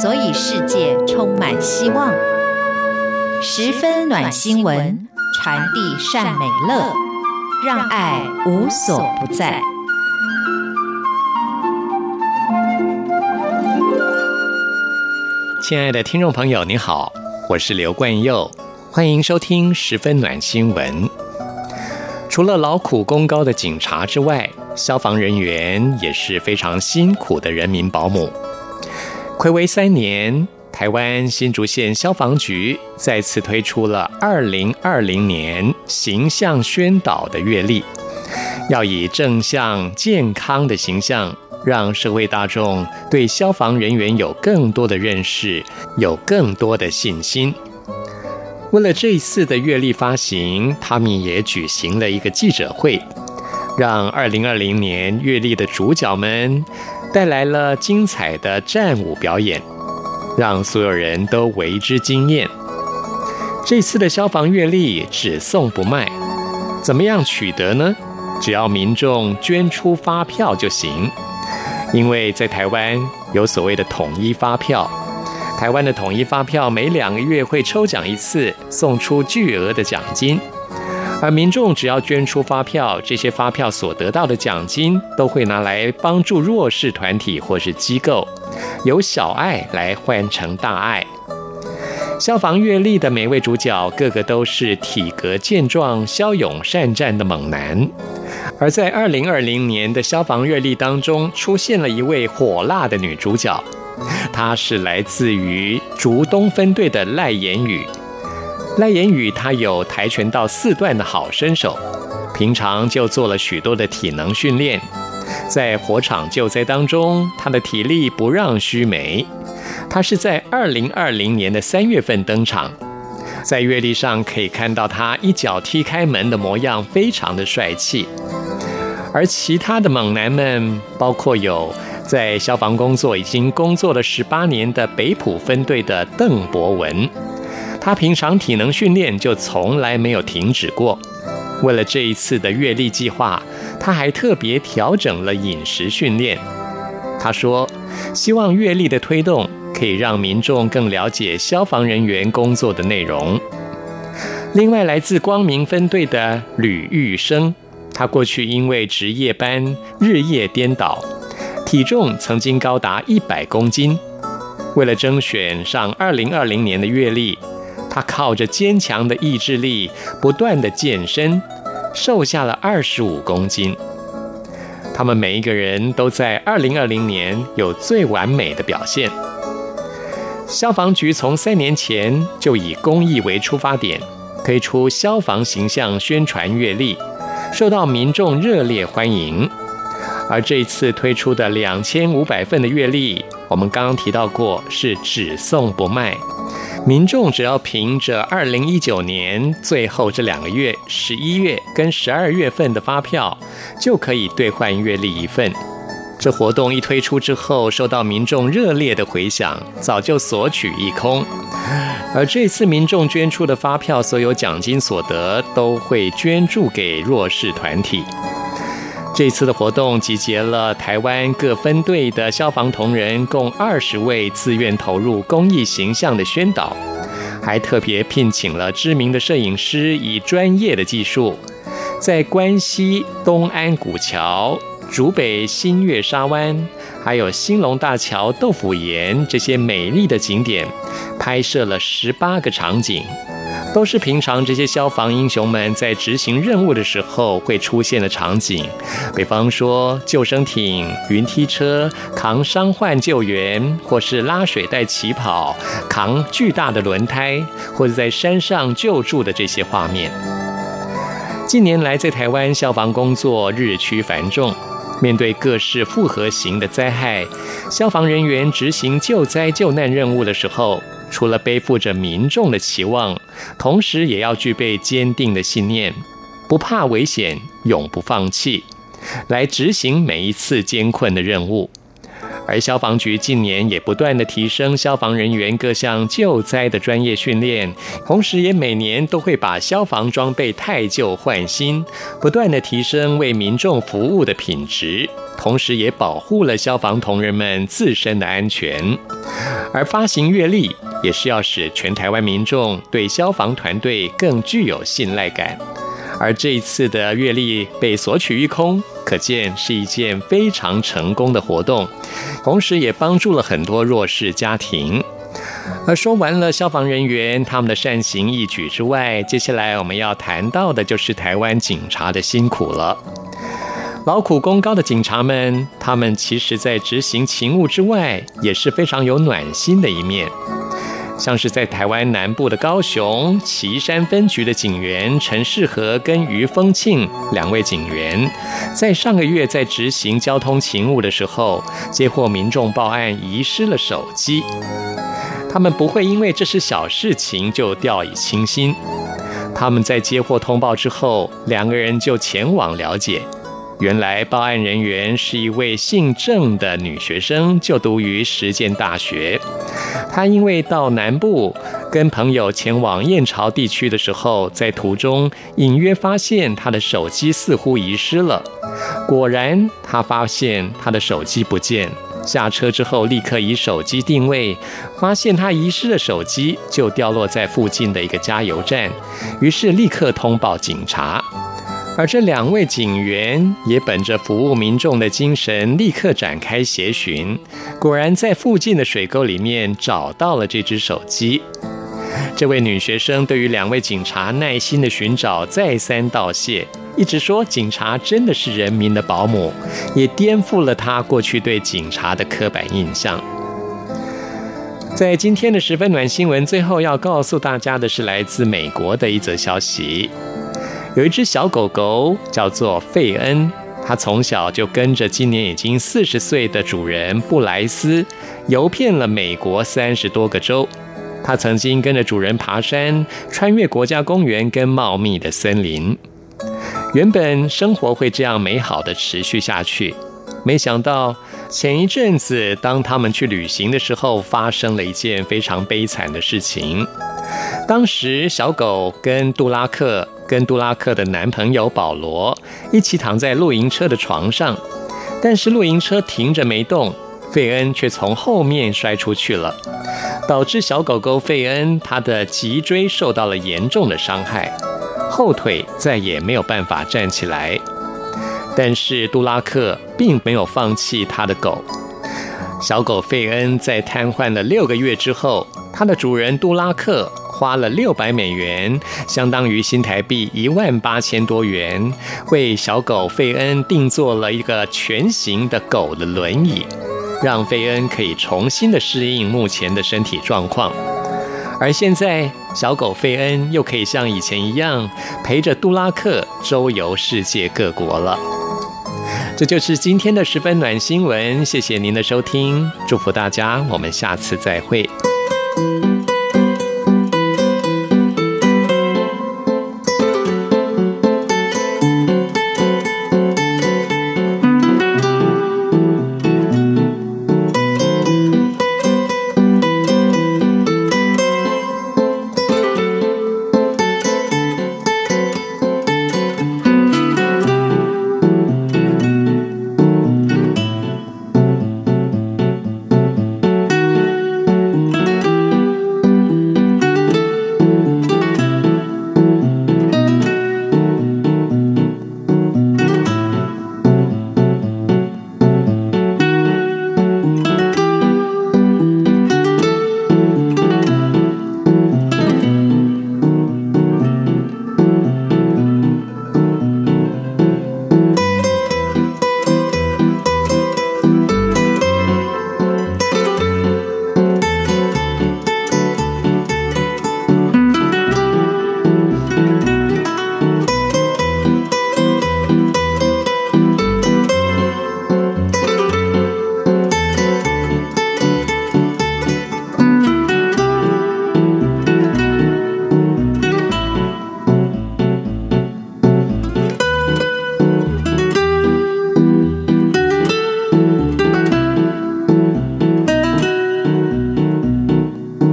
所以世界充满希望。十分暖新闻，传递善美乐，让爱无所不在。 亲爱的听众朋友，你好，我是刘冠佑，欢迎收听十分暖新闻。除了劳苦功高的警察之外，消防人员也是非常辛苦的人民保姆。睽违3年，台湾新竹县消防局再次推出了2020年形象宣导的月历，要以正向健康的形象，让社会大众对消防人员有更多的认识，有更多的信心。为了这一次的月历发行，他们也举行了一个记者会，让2020年月历的主角们带来了精彩的战舞表演，让所有人都为之惊艳。这次的消防月历只送不卖，怎么样取得呢？只要民众捐出发票就行。因为在台湾有所谓的统一发票，台湾的统一发票每2个月会抽奖一次，送出巨额的奖金。而民众只要捐出发票，这些发票所得到的奖金都会拿来帮助弱势团体或是机构，由小爱来换成大爱。消防月历的每位主角个个都是体格健壮、骁勇善战的猛男，而在2020年的消防月历当中出现了一位火辣的女主角，她是来自于竹东分队的赖妍宇。赖妍宇他有跆拳道4段的好身手，平常就做了许多的体能训练，在火场救灾当中，他的体力不让须眉。他是在2020年的3月份登场，在月历上可以看到他一脚踢开门的模样，非常的帅气。而其他的猛男们，包括有在消防工作已经工作了18年的北埔分队的邓博文，他平常体能训练就从来没有停止过。为了这一次的月历计划，他还特别调整了饮食训练。他说，希望月历的推动可以让民众更了解消防人员工作的内容。另外，来自光明分队的吕玉生，他过去因为值夜班日夜颠倒，体重曾经高达100公斤。为了争选上2020年的月历，他靠着坚强的意志力，不断的健身，瘦下了25公斤。他们每一个人都在2020年有最完美的表现。消防局从3年前就以公益为出发点，推出消防形象宣传月历，受到民众热烈欢迎。而这一次推出的2500份的月历，我们刚刚提到过，是只送不卖。民众只要凭着2019年最后这2个月11月跟12月份的发票，就可以兑换月历一份。这活动一推出之后，受到民众热烈的回响，早就索取一空。而这次民众捐出的发票，所有奖金所得都会捐助给弱势团体。这次的活动集结了台湾各分队的消防同仁共20位自愿投入公益形象的宣导，还特别聘请了知名的摄影师，以专业的技术，在关西东安古桥、竹北新月沙湾，还有兴隆大桥豆腐岩这些美丽的景点，拍摄了18个场景，都是平常这些消防英雄们在执行任务的时候会出现的场景，比方说救生艇、云梯车、扛伤患救援，或是拉水带起跑、扛巨大的轮胎，或者在山上救助的这些画面。近年来在台湾消防工作日趋繁重，面对各式复合型的灾害，消防人员执行救灾救难任务的时候，除了背负着民众的期望，同时也要具备坚定的信念，不怕危险，永不放弃，来执行每一次艰困的任务。而消防局近年也不断的提升消防人员各项救灾的专业训练，同时也每年都会把消防装备汰旧换新，不断的提升为民众服务的品质，同时也保护了消防同仁们自身的安全。 而发行月历也是要使全台湾民众对消防团队更具有信赖感。而这一次的月历被索取一空，可见是一件非常成功的活动，同时也帮助了很多弱势家庭。而说完了消防人员他们的善行义举之外，接下来我们要谈到的就是台湾警察的辛苦了。劳苦功高的警察们，他们其实在执行勤务之外，也是非常有暖心的一面。像是在台湾南部的高雄旗山分局的警员陈世和跟于丰庆2位警员，在上个月在执行交通勤务的时候，接获民众报案遗失了手机。他们不会因为这是小事情就掉以轻心，他们在接获通报之后，2个人就前往了解。原来报案人员是一位姓郑的女学生，就读于实践大学。她因为到南部跟朋友前往燕巢地区的时候，在途中隐约发现她的手机似乎遗失了。果然，她发现她的手机不见，下车之后立刻以手机定位，发现她遗失的手机就掉落在附近的一个加油站，于是立刻通报警察。而这2位警员也本着服务民众的精神，立刻展开协寻，果然在附近的水沟里面找到了这只手机。这位女学生对于2位警察耐心的寻找再三道谢，一直说警察真的是人民的保姆，也颠覆了她过去对警察的刻板印象。在今天的10分暖新闻，最后要告诉大家的是来自美国的一则消息。有一只小狗狗叫做费恩，它从小就跟着今年已经40岁的主人布莱斯游遍了美国30多个州。它曾经跟着主人爬山，穿越国家公园跟茂密的森林。原本生活会这样美好的持续下去，没想到前一阵子当他们去旅行的时候，发生了一件非常悲惨的事情。当时小狗跟杜拉克的男朋友保罗一起躺在露营车的床上，但是露营车停着没动，费恩却从后面摔出去了，导致小狗狗费恩它的脊椎受到了严重的伤害，后腿再也没有办法站起来。但是杜拉克并没有放弃他的狗。小狗费恩在瘫痪了6个月之后，它的主人杜拉克花了$600，相当于新台币18000多元，为小狗费恩定做了一个全型的狗的轮椅，让费恩可以重新的适应目前的身体状况。而现在小狗费恩又可以像以前一样陪着杜拉克周游世界各国了。这就是今天的10分暖新闻，谢谢您的收听，祝福大家，我们下次再会。